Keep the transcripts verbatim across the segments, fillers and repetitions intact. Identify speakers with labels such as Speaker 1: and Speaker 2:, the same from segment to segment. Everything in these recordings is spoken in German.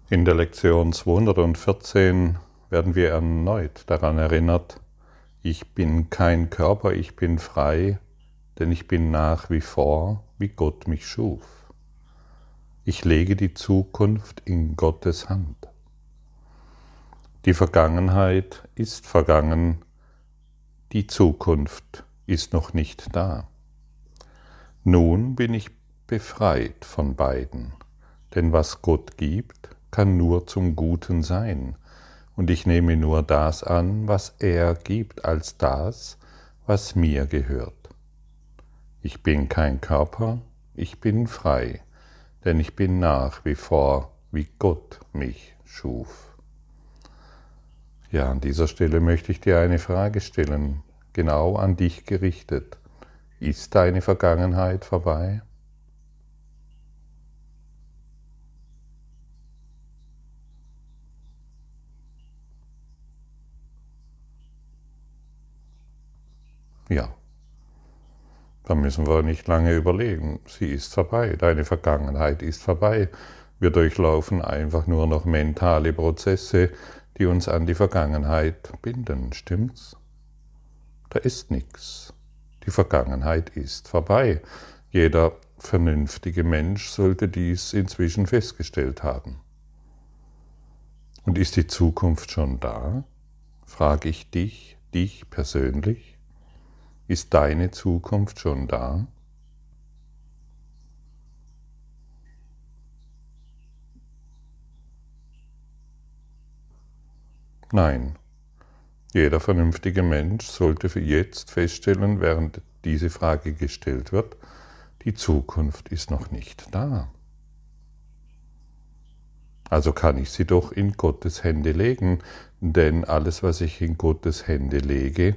Speaker 1: In der Lektion zweihundertvierzehn werden wir erneut daran erinnert, ich bin kein Körper, ich bin frei, denn ich bin nach wie vor, wie Gott mich schuf. Ich lege die Zukunft in Gottes Hand. Die Vergangenheit ist vergangen, die Zukunft ist noch nicht da. Nun bin ich befreit von beiden, denn was Gott gibt, kann nur zum Guten sein, und ich nehme nur das an, was er gibt, als das, was mir gehört. Ich bin kein Körper, ich bin frei, denn ich bin nach wie vor, wie Gott mich schuf. Ja, an dieser Stelle möchte ich dir eine Frage stellen, genau an dich gerichtet. Ist deine Vergangenheit vorbei? Ja, da müssen wir nicht lange überlegen. Sie ist vorbei, deine Vergangenheit ist vorbei. Wir durchlaufen einfach nur noch mentale Prozesse, die uns an die Vergangenheit binden, stimmt's? Da ist nichts. Die Vergangenheit ist vorbei. Jeder vernünftige Mensch sollte dies inzwischen festgestellt haben. Und ist die Zukunft schon da? Frage ich dich, dich persönlich. Ist deine Zukunft schon da? Nein. Jeder vernünftige Mensch sollte für jetzt feststellen, während diese Frage gestellt wird, die Zukunft ist noch nicht da. Also kann ich sie doch in Gottes Hände legen, denn alles, was ich in Gottes Hände lege,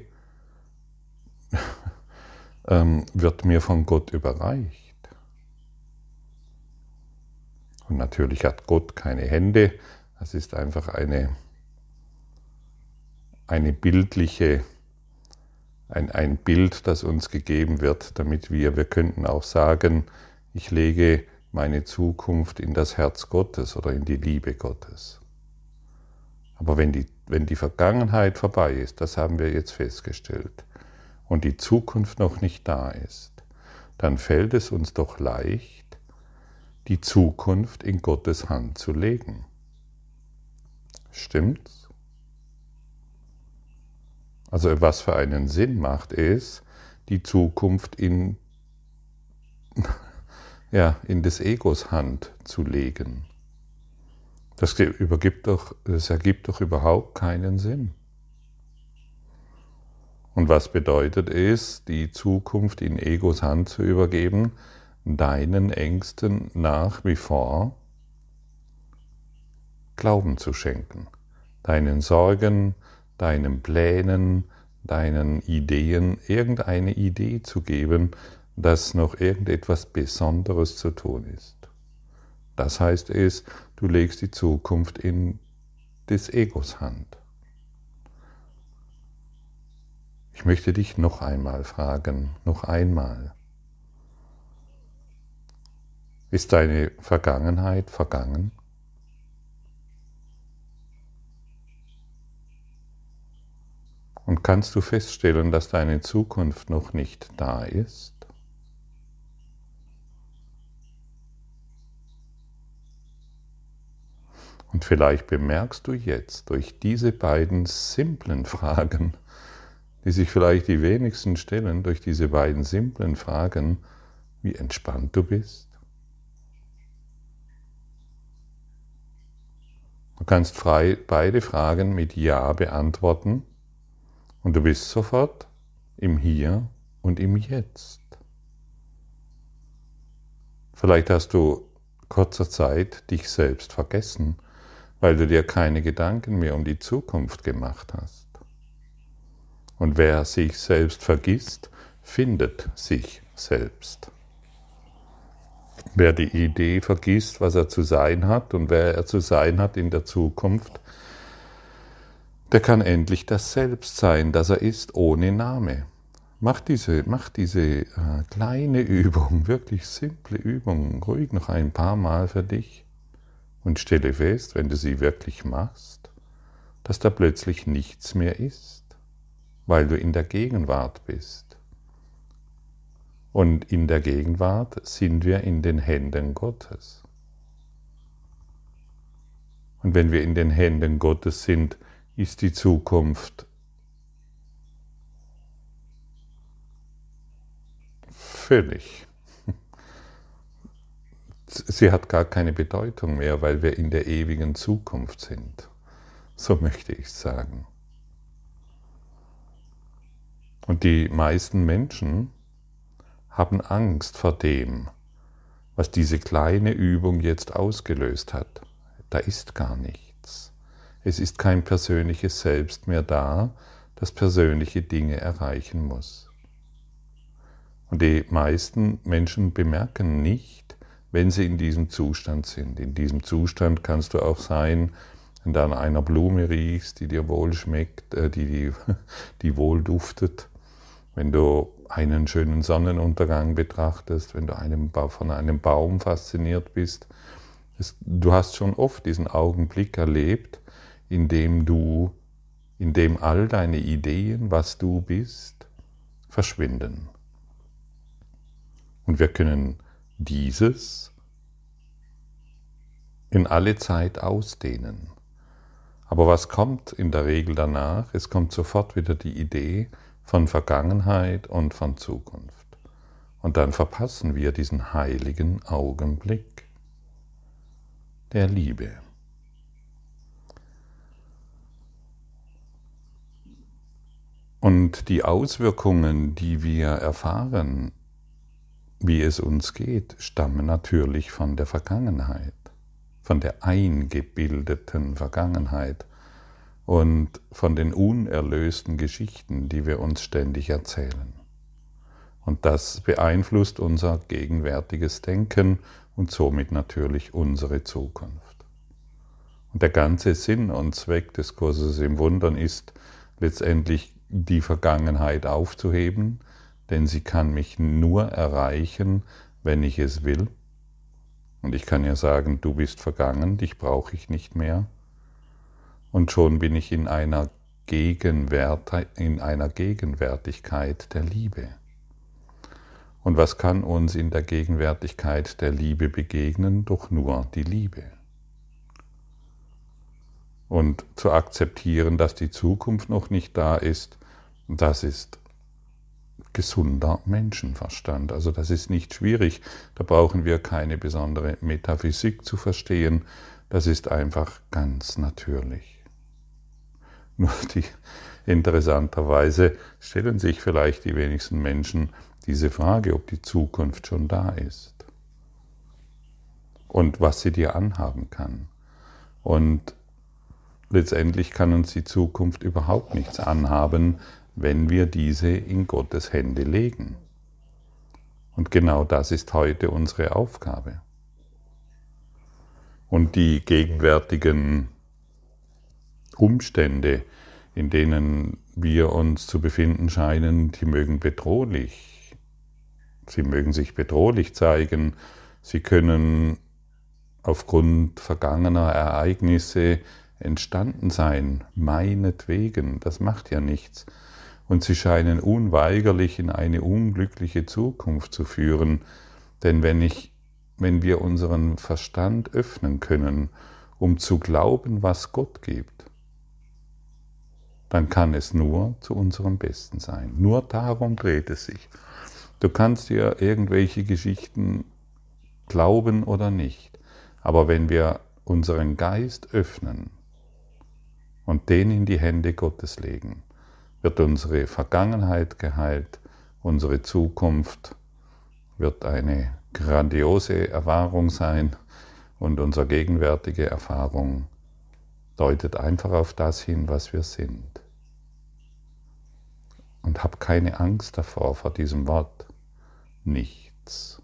Speaker 1: wird mir von Gott überreicht. Und natürlich hat Gott keine Hände, es ist einfach eine, eine bildliche, ein, ein Bild, das uns gegeben wird, damit wir, wir könnten auch sagen, ich lege meine Zukunft in das Herz Gottes oder in die Liebe Gottes. Aber wenn die, wenn die Vergangenheit vorbei ist, das haben wir jetzt festgestellt, und die Zukunft noch nicht da ist, dann fällt es uns doch leicht, die Zukunft in Gottes Hand zu legen. Stimmt's? Also was für einen Sinn macht es, die Zukunft in, ja, in des Egos Hand zu legen? Das, übergibt doch, das ergibt doch überhaupt keinen Sinn. Und was bedeutet es, die Zukunft in Egos Hand zu übergeben? Deinen Ängsten nach wie vor Glauben zu schenken. Deinen Sorgen, deinen Plänen, deinen Ideen irgendeine Idee zu geben, dass noch irgendetwas Besonderes zu tun ist. Das heißt es, du legst die Zukunft in des Egos Hand. Ich möchte dich noch einmal fragen, noch einmal. Ist deine Vergangenheit vergangen? Und kannst du feststellen, dass deine Zukunft noch nicht da ist? Und vielleicht bemerkst du jetzt durch diese beiden simplen Fragen, die sich vielleicht die wenigsten stellen, durch diese beiden simplen Fragen, wie entspannt du bist. Du kannst frei beide Fragen mit Ja beantworten und du bist sofort im Hier und im Jetzt. Vielleicht hast du kurzer Zeit dich selbst vergessen, weil du dir keine Gedanken mehr um die Zukunft gemacht hast. Und wer sich selbst vergisst, findet sich selbst. Wer die Idee vergisst, was er zu sein hat und wer er zu sein hat in der Zukunft, der kann endlich das Selbst sein, das er ist, ohne Name. Mach diese, mach diese äh, kleine Übung, wirklich simple Übung, ruhig noch ein paar Mal für dich. Und stelle fest, wenn du sie wirklich machst, dass da plötzlich nichts mehr ist, weil du in der Gegenwart bist. Und in der Gegenwart sind wir in den Händen Gottes. Und wenn wir in den Händen Gottes sind, ist die Zukunft völlig. Sie hat gar keine Bedeutung mehr, weil wir in der ewigen Zukunft sind. So möchte ich sagen. Und die meisten Menschen haben Angst vor dem, was diese kleine Übung jetzt ausgelöst hat. Da ist gar nichts. Es ist kein persönliches Selbst mehr da, das persönliche Dinge erreichen muss. Und die meisten Menschen bemerken nicht, wenn sie in diesem Zustand sind. In diesem Zustand kannst du auch sein, wenn du an einer Blume riechst, die dir wohl schmeckt, äh, die, die, die wohl duftet, wenn du einen schönen Sonnenuntergang betrachtest, wenn du einem, von einem Baum fasziniert bist. Es, du hast schon oft diesen Augenblick erlebt, in dem du, in dem all deine Ideen, was du bist, verschwinden. Und wir können dieses in alle Zeit ausdehnen. Aber was kommt in der Regel danach? Es kommt sofort wieder die Idee von Vergangenheit und von Zukunft. Und dann verpassen wir diesen heiligen Augenblick der Liebe. Und die Auswirkungen, die wir erfahren, wie es uns geht, stammen natürlich von der Vergangenheit, von der eingebildeten Vergangenheit und von den unerlösten Geschichten, die wir uns ständig erzählen. Und das beeinflusst unser gegenwärtiges Denken und somit natürlich unsere Zukunft. Und der ganze Sinn und Zweck des Kurses im Wundern ist letztendlich die Vergangenheit aufzuheben, denn sie kann mich nur erreichen, wenn ich es will. Und ich kann ja sagen, du bist vergangen, dich brauche ich nicht mehr. Und schon bin ich in einer, Gegenwärt, in einer Gegenwärtigkeit der Liebe. Und was kann uns in der Gegenwärtigkeit der Liebe begegnen? Doch nur die Liebe. Und zu akzeptieren, dass die Zukunft noch nicht da ist, das ist gesunder Menschenverstand. Also das ist nicht schwierig, da brauchen wir keine besondere Metaphysik zu verstehen, das ist einfach ganz natürlich. Nur die, interessanterweise stellen sich vielleicht die wenigsten Menschen diese Frage, ob die Zukunft schon da ist und was sie dir anhaben kann. Und letztendlich kann uns die Zukunft überhaupt nichts anhaben, wenn wir diese in Gottes Hände legen. Und genau das ist heute unsere Aufgabe. Und die gegenwärtigen Umstände, in denen wir uns zu befinden scheinen, die mögen bedrohlich, sie mögen sich bedrohlich zeigen, sie können aufgrund vergangener Ereignisse entstanden sein, meinetwegen, das macht ja nichts. Und sie scheinen unweigerlich in eine unglückliche Zukunft zu führen, denn wenn, ich, wenn wir unseren Verstand öffnen können, um zu glauben, was Gott gibt, dann kann es nur zu unserem Besten sein. Nur darum dreht es sich. Du kannst dir irgendwelche Geschichten glauben oder nicht, aber wenn wir unseren Geist öffnen und den in die Hände Gottes legen, wird unsere Vergangenheit geheilt, unsere Zukunft wird eine grandiose Erfahrung sein und unsere gegenwärtige Erfahrung deutet einfach auf das hin, was wir sind. Und hab keine Angst davor, vor diesem Wort. Nichts.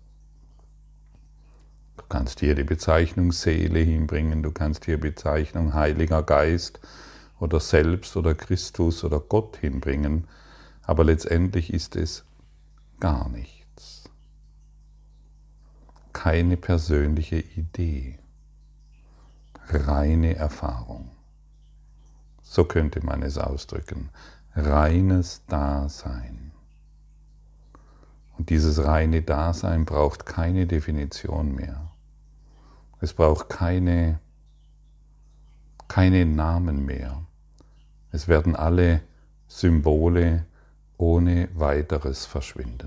Speaker 1: Du kannst hier die Bezeichnung Seele hinbringen, du kannst hier Bezeichnung Heiliger Geist oder Selbst oder Christus oder Gott hinbringen, aber letztendlich ist es gar nichts. Keine persönliche Idee. reine Erfahrung. So könnte man es ausdrücken. Reines Dasein. Und dieses reine Dasein braucht keine Definition mehr. Es braucht keine, keine Namen mehr. Es werden alle Symbole ohne weiteres verschwinden.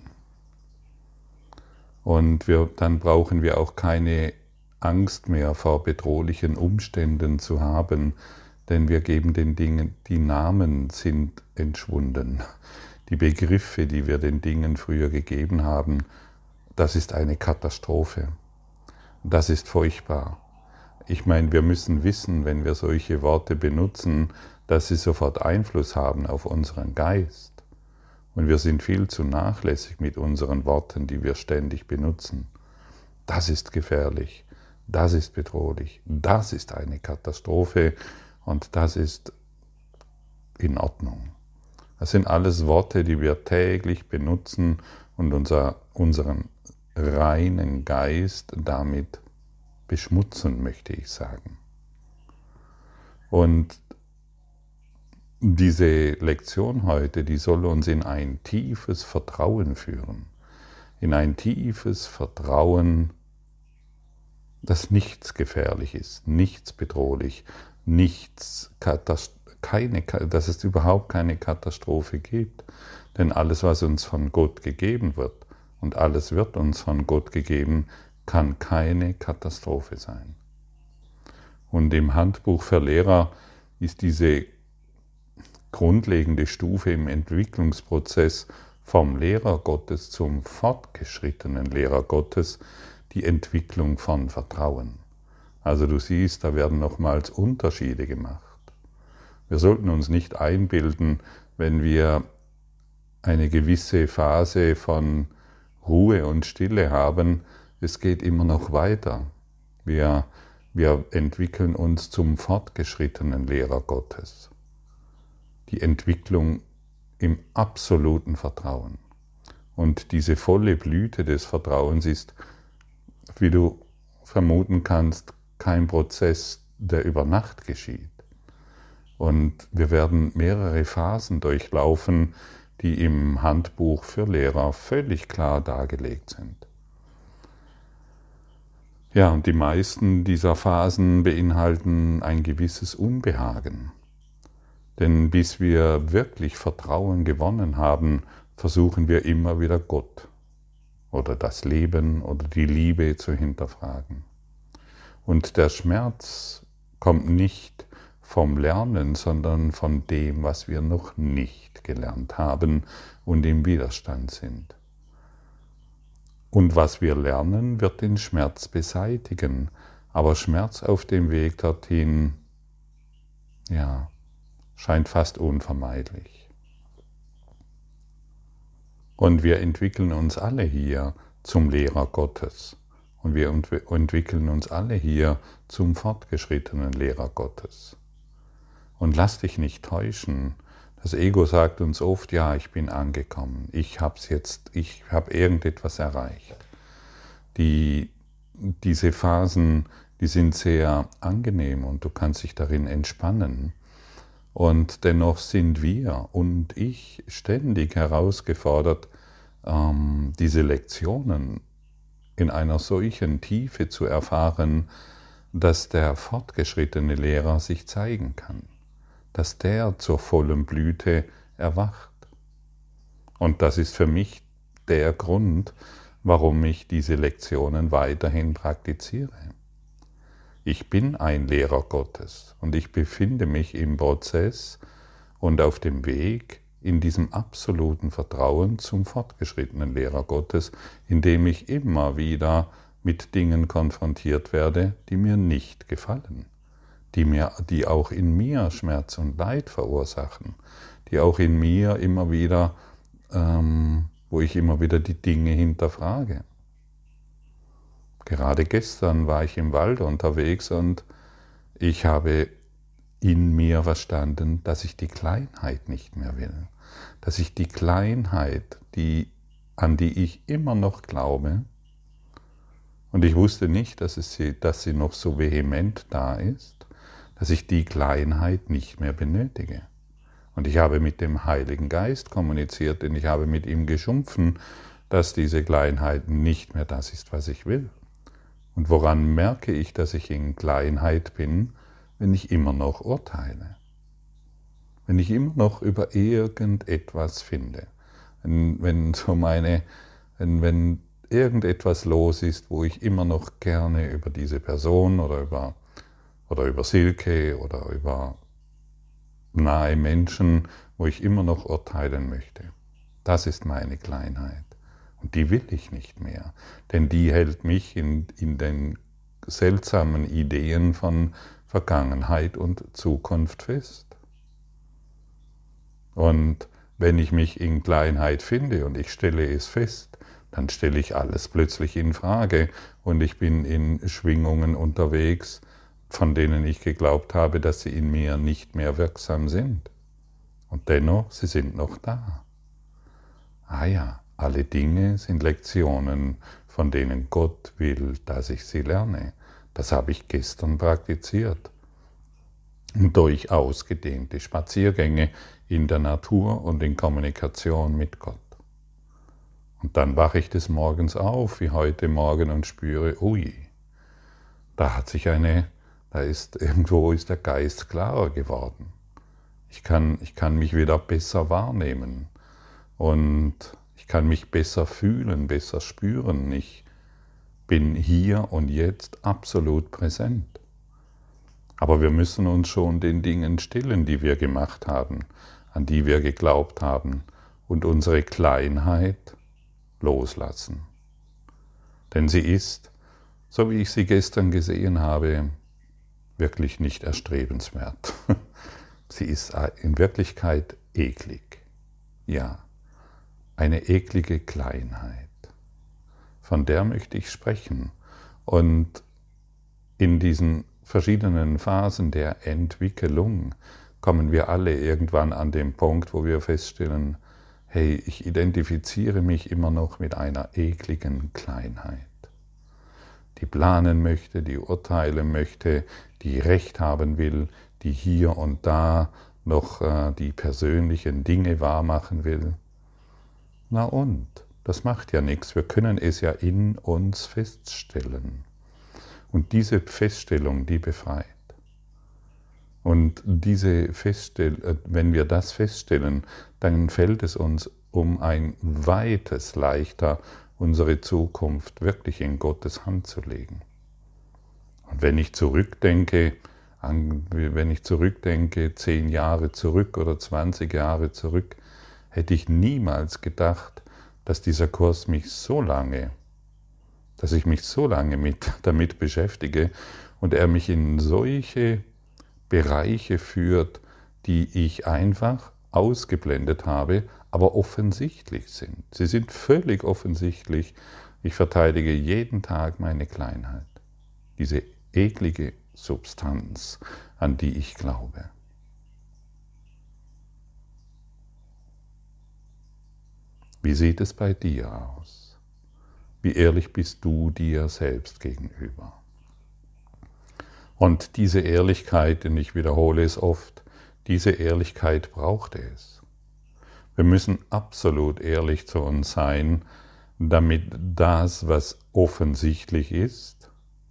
Speaker 1: Und wir, dann brauchen wir auch keine Angst mehr vor bedrohlichen Umständen zu haben, denn wir geben den Dingen, die Namen sind entschwunden. Die Begriffe, die wir den Dingen früher gegeben haben, das ist eine Katastrophe. Das ist furchtbar. Ich meine, wir müssen wissen, wenn wir solche Worte benutzen, dass sie sofort Einfluss haben auf unseren Geist. Und wir sind viel zu nachlässig mit unseren Worten, die wir ständig benutzen. Das ist gefährlich, das ist bedrohlich, das ist eine Katastrophe und das ist in Ordnung. Das sind alles Worte, die wir täglich benutzen und unser, unseren reinen Geist damit beschmutzen, möchte ich sagen. Und diese Lektion heute, die soll uns in ein tiefes Vertrauen führen. In ein tiefes Vertrauen, dass nichts gefährlich ist, nichts bedrohlich, nichts keine, dass es überhaupt keine Katastrophe gibt. Denn alles, was uns von Gott gegeben wird, und alles wird uns von Gott gegeben, kann keine Katastrophe sein. Und im Handbuch für Lehrer ist diese grundlegende Stufe im Entwicklungsprozess vom Lehrer Gottes zum fortgeschrittenen Lehrer Gottes die Entwicklung von Vertrauen. Also du siehst, da werden nochmals Unterschiede gemacht. Wir sollten uns nicht einbilden, wenn wir eine gewisse Phase von Ruhe und Stille haben, es geht immer noch weiter. Wir, wir entwickeln uns zum fortgeschrittenen Lehrer Gottes. Die Entwicklung im absoluten Vertrauen. Und diese volle Blüte des Vertrauens ist, wie du vermuten kannst, kein Prozess, der über Nacht geschieht. Und wir werden mehrere Phasen durchlaufen, die im Handbuch für Lehrer völlig klar dargelegt sind. Ja, und die meisten dieser Phasen beinhalten ein gewisses Unbehagen. Denn bis wir wirklich Vertrauen gewonnen haben, versuchen wir immer wieder Gott oder das Leben oder die Liebe zu hinterfragen. Und der Schmerz kommt nicht vom Lernen, sondern von dem, was wir noch nicht gelernt haben und im Widerstand sind. Und was wir lernen, wird den Schmerz beseitigen, aber Schmerz auf dem Weg dorthin, ja, scheint fast unvermeidlich. Und wir entwickeln uns alle hier zum Lehrer Gottes. Und wir entwickeln uns alle hier zum fortgeschrittenen Lehrer Gottes. Und lass dich nicht täuschen. Das Ego sagt uns oft, ja, ich bin angekommen, ich hab's jetzt, ich habe irgendetwas erreicht. Die, diese Phasen, die sind sehr angenehm und du kannst dich darin entspannen. Und dennoch sind wir und ich ständig herausgefordert, ähm, diese Lektionen in einer solchen Tiefe zu erfahren, dass der fortgeschrittene Lehrer sich zeigen kann, dass der zur vollen Blüte erwacht. Und das ist für mich der Grund, warum ich diese Lektionen weiterhin praktiziere. Ich bin ein Lehrer Gottes und ich befinde mich im Prozess und auf dem Weg in diesem absoluten Vertrauen zum fortgeschrittenen Lehrer Gottes, indem ich immer wieder mit Dingen konfrontiert werde, die mir nicht gefallen, die, mir, die auch in mir Schmerz und Leid verursachen, die auch in mir immer wieder, ähm, wo ich immer wieder die Dinge hinterfrage. Gerade gestern war ich im Wald unterwegs und ich habe in mir verstanden, dass ich die Kleinheit nicht mehr will. Dass ich die Kleinheit, die, an die ich immer noch glaube, Und ich wusste nicht, dass, es sie, dass sie noch so vehement da ist, dass ich die Kleinheit nicht mehr benötige. Und ich habe mit dem Heiligen Geist kommuniziert, denn ich habe mit ihm geschumpfen, dass diese Kleinheit nicht mehr das ist, was ich will. Und woran merke ich, dass ich in Kleinheit bin, wenn ich immer noch urteile? Wenn ich immer noch über irgendetwas finde. Wenn, wenn, so meine, wenn, wenn irgendetwas los ist, wo ich immer noch gerne über diese Person oder über, oder über Silke oder über nahe Menschen, wo ich immer noch urteilen möchte. Das ist meine Kleinheit. Und die will ich nicht mehr, denn die hält mich in, in den seltsamen Ideen von Vergangenheit und Zukunft fest. Und wenn ich mich in Kleinheit finde und ich stelle es fest, dann stelle ich alles plötzlich in Frage und ich bin in Schwingungen unterwegs, von denen ich geglaubt habe, dass sie in mir nicht mehr wirksam sind. Und dennoch, sie sind noch da. Ah ja, alle Dinge sind Lektionen, von denen Gott will, dass ich sie lerne. Das habe ich gestern praktiziert. Durch ausgedehnte Spaziergänge in der Natur und in Kommunikation mit Gott. Und dann wache ich des Morgens auf, wie heute Morgen, und spüre, ui, da hat sich eine, da ist, irgendwo ist der Geist klarer geworden. Ich kann, ich kann mich wieder besser wahrnehmen und ich kann mich besser fühlen, besser spüren. Ich bin hier und jetzt absolut präsent. Aber wir müssen uns schon den Dingen stillen, die wir gemacht haben, an die wir geglaubt haben, und unsere Kleinheit loslassen. Denn sie ist, so wie ich sie gestern gesehen habe, wirklich nicht erstrebenswert. Sie ist in Wirklichkeit eklig. Ja, eine eklige Kleinheit. Von der möchte ich sprechen. Und in diesen verschiedenen Phasen der Entwicklung kommen wir alle irgendwann an den Punkt, wo wir feststellen, hey, ich identifiziere mich immer noch mit einer ekligen Kleinheit, die planen möchte, die urteilen möchte, die Recht haben will, die hier und da noch äh, die persönlichen Dinge wahrmachen will. Na und? Das macht ja nichts, wir können es ja in uns feststellen. Und diese Feststellung, die befreit. Und diese Feststell- wenn wir das feststellen, dann fällt es uns um ein weites leichter, unsere Zukunft wirklich in Gottes Hand zu legen. Und wenn ich zurückdenke, wenn ich zurückdenke, zehn Jahre zurück oder zwanzig Jahre zurück, hätte ich niemals gedacht, dass dieser Kurs mich so lange, dass ich mich so lange mit, damit beschäftige und er mich in solche Bereiche führt, die ich einfach ausgeblendet habe, aber offensichtlich sind. Sie sind völlig offensichtlich. Ich verteidige jeden Tag meine Kleinheit, diese eklige Substanz, an die ich glaube. Wie sieht es bei dir aus? Wie ehrlich bist du dir selbst gegenüber? Und diese Ehrlichkeit, und ich wiederhole es oft, diese Ehrlichkeit braucht es. Wir müssen absolut ehrlich zu uns sein, damit das, was offensichtlich ist,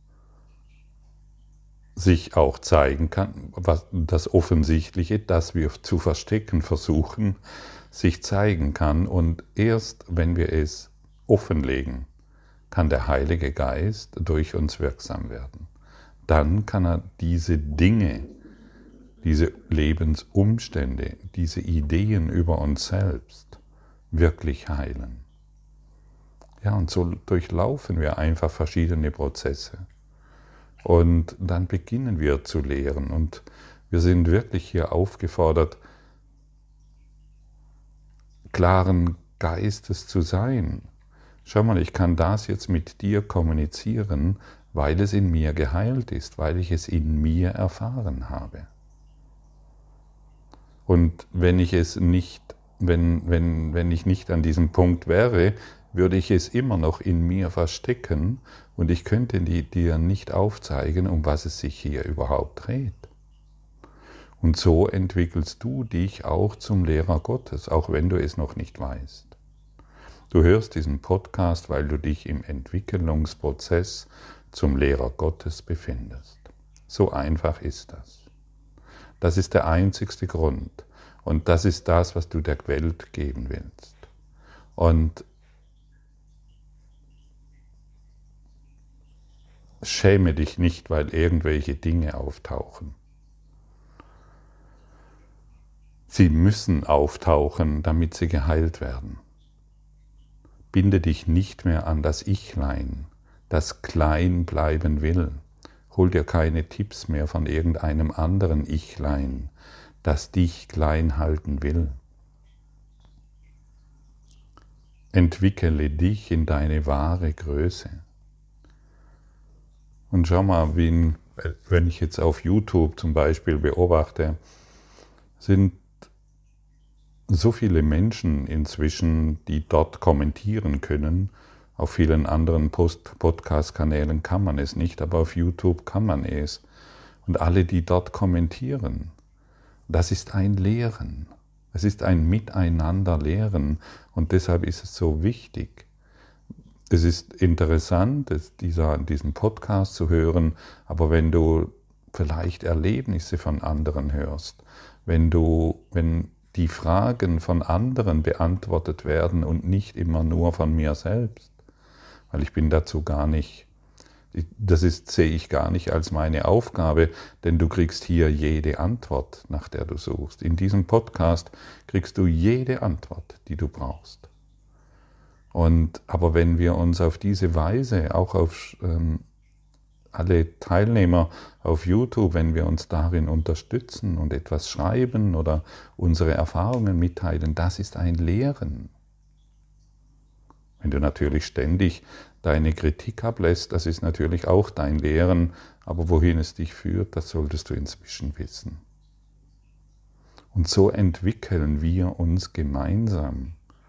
Speaker 1: sich auch zeigen kann, was das Offensichtliche, das wir zu verstecken versuchen, sich zeigen kann. Und erst wenn wir es offenlegen, kann der Heilige Geist durch uns wirksam werden. Dann kann er diese Dinge, diese Lebensumstände, diese Ideen über uns selbst wirklich heilen. Ja, und so durchlaufen wir einfach verschiedene Prozesse. Und dann beginnen wir zu lehren. Und wir sind wirklich hier aufgefordert, klaren Geistes zu sein. Schau mal, ich kann das jetzt mit dir kommunizieren, weil es in mir geheilt ist, weil ich es in mir erfahren habe. Und wenn ich es nicht, wenn, wenn, wenn ich nicht an diesem Punkt wäre, würde ich es immer noch in mir verstecken und ich könnte dir nicht aufzeigen, um was es sich hier überhaupt dreht. Und so entwickelst du dich auch zum Lehrer Gottes, auch wenn du es noch nicht weißt. Du hörst diesen Podcast, weil du dich im Entwicklungsprozess zum Lehrer Gottes befindest. So einfach ist das. Das ist der einzigste Grund und das ist das, was du der Welt geben willst. Und schäme dich nicht, weil irgendwelche Dinge auftauchen. Sie müssen auftauchen, damit sie geheilt werden. Binde dich nicht mehr an das Ichlein, das klein bleiben will. Hol dir keine Tipps mehr von irgendeinem anderen Ichlein, das dich klein halten will. Entwickle dich in deine wahre Größe. Und schau mal, wie, wenn ich jetzt auf YouTube zum Beispiel beobachte, sind so viele Menschen inzwischen, die dort kommentieren können. Auf vielen anderen Podcast-Kanälen kann man es nicht, aber auf YouTube kann man es. Und alle, die dort kommentieren, das ist ein Lehren. Es ist ein Miteinander-Lehren und deshalb ist es so wichtig. Es ist interessant, dieser, diesen Podcast zu hören, aber wenn du vielleicht Erlebnisse von anderen hörst, wenn du, wenn die Fragen von anderen beantwortet werden und nicht immer nur von mir selbst, weil ich bin dazu gar nicht, das ist, sehe ich gar nicht als meine Aufgabe, denn du kriegst hier jede Antwort, nach der du suchst. In diesem Podcast kriegst du jede Antwort, die du brauchst. Und, aber wenn wir uns auf diese Weise, auch auf ähm, alle Teilnehmer auf YouTube, wenn wir uns darin unterstützen und etwas schreiben oder unsere Erfahrungen mitteilen, das ist ein Lehren. Wenn du natürlich ständig deine Kritik ablässt, das ist natürlich auch dein Lehren, aber wohin es dich führt, das solltest du inzwischen wissen. Und so entwickeln wir uns gemeinsam.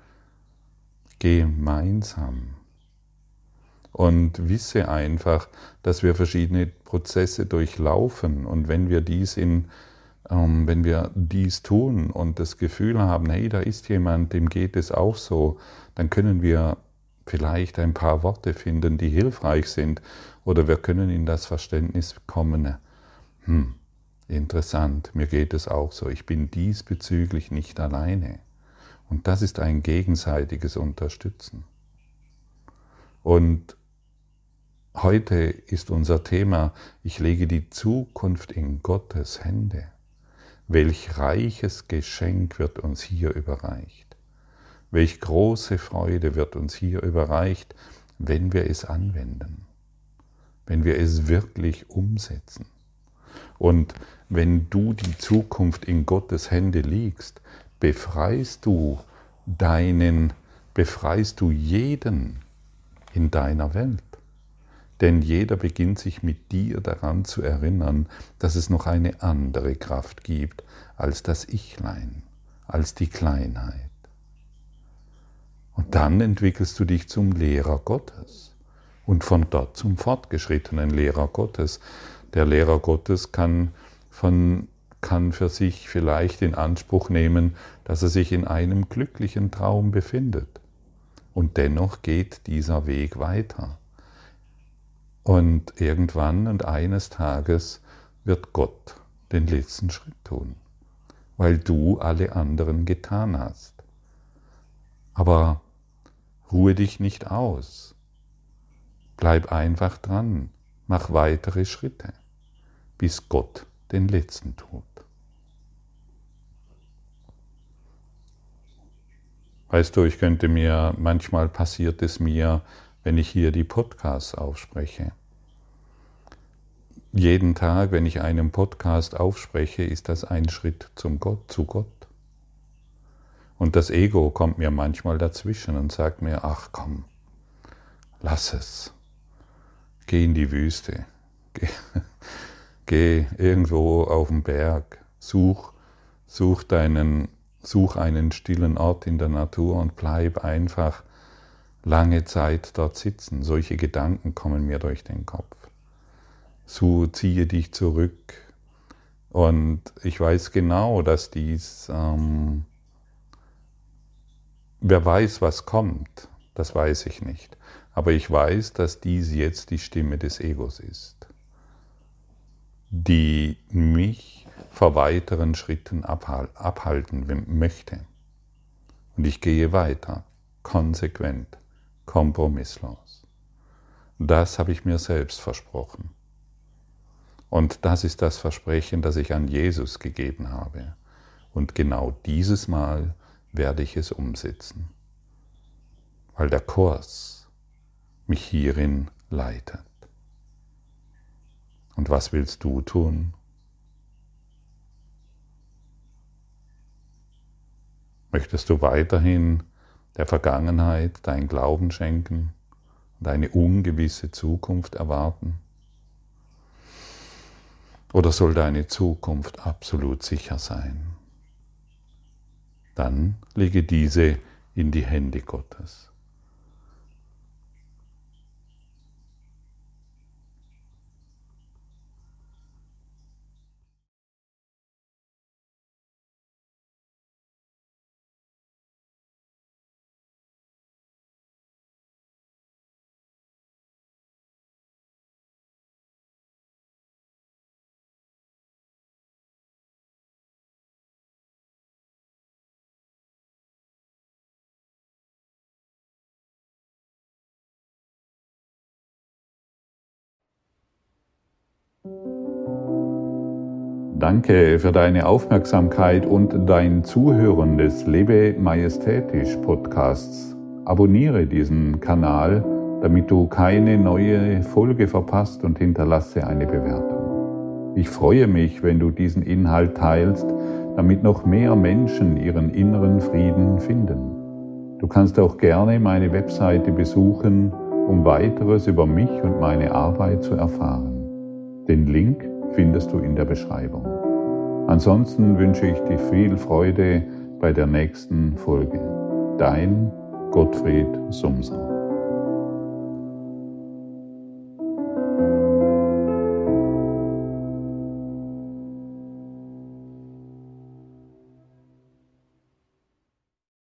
Speaker 1: Gemeinsam. Und wisse einfach, dass wir verschiedene Prozesse durchlaufen und wenn wir dies in, ähm, wenn wir dies tun und das Gefühl haben, hey, da ist jemand, dem geht es auch so, dann können wir vielleicht ein paar Worte finden, die hilfreich sind, oder wir können in das Verständnis kommen, hm, interessant, mir geht es auch so, ich bin diesbezüglich nicht alleine. Und das ist ein gegenseitiges Unterstützen. Und heute ist unser Thema, ich lege die Zukunft in Gottes Hände. Welch reiches Geschenk wird uns hier überreicht. Welch große Freude wird uns hier überreicht, wenn wir es anwenden. Wenn wir es wirklich umsetzen. Und wenn du die Zukunft in Gottes Hände legst, befreist du deinen, befreist du jeden in deiner Welt. Denn jeder beginnt sich mit dir daran zu erinnern, dass es noch eine andere Kraft gibt als das Ichlein, als die Kleinheit. Und dann entwickelst du dich zum Lehrer Gottes und von dort zum fortgeschrittenen Lehrer Gottes. Der Lehrer Gottes kann, von, kann für sich vielleicht in Anspruch nehmen, dass er sich in einem glücklichen Traum befindet. Und dennoch geht dieser Weg weiter. Und irgendwann und eines Tages wird Gott den letzten Schritt tun, weil du alle anderen getan hast. Aber ruhe dich nicht aus. Bleib einfach dran. Mach weitere Schritte, bis Gott den letzten tut. Weißt du, ich könnte mir, manchmal passiert es mir, wenn ich hier die Podcasts aufspreche. Jeden Tag, wenn ich einen Podcast aufspreche, ist das ein Schritt zum Gott, zu Gott. Und das Ego kommt mir manchmal dazwischen und sagt mir, ach komm, lass es. Geh in die Wüste. Geh, geh irgendwo auf den Berg. Such, such, deinen, such einen stillen Ort in der Natur und bleib einfach lange Zeit dort sitzen. Solche Gedanken kommen mir durch den Kopf. So ziehe dich zurück. Und ich weiß genau, dass dies, ähm, wer weiß, was kommt, das weiß ich nicht. Aber ich weiß, dass dies jetzt die Stimme des Egos ist, die mich vor weiteren Schritten abhalten möchte. Und ich gehe weiter, konsequent, kompromisslos. Das habe ich mir selbst versprochen. Und das ist das Versprechen, das ich an Jesus gegeben habe. Und genau dieses Mal werde ich es umsetzen, weil der Kurs mich hierin leitet. Und was willst du tun? Möchtest du weiterhin der Vergangenheit deinen Glauben schenken und eine ungewisse Zukunft erwarten? Oder soll deine Zukunft absolut sicher sein? Dann lege diese in die Hände Gottes. Danke für deine Aufmerksamkeit und dein Zuhören des Lebe Majestätisch Podcasts. Abonniere diesen Kanal, damit du keine neue Folge verpasst, und hinterlasse eine Bewertung. Ich freue mich, wenn du diesen Inhalt teilst, damit noch mehr Menschen ihren inneren Frieden finden. Du kannst auch gerne meine Webseite besuchen, um weiteres über mich und meine Arbeit zu erfahren. Den Link findest du in der Beschreibung. Ansonsten wünsche ich dir viel Freude bei der nächsten Folge. Dein Gottfried Sumser.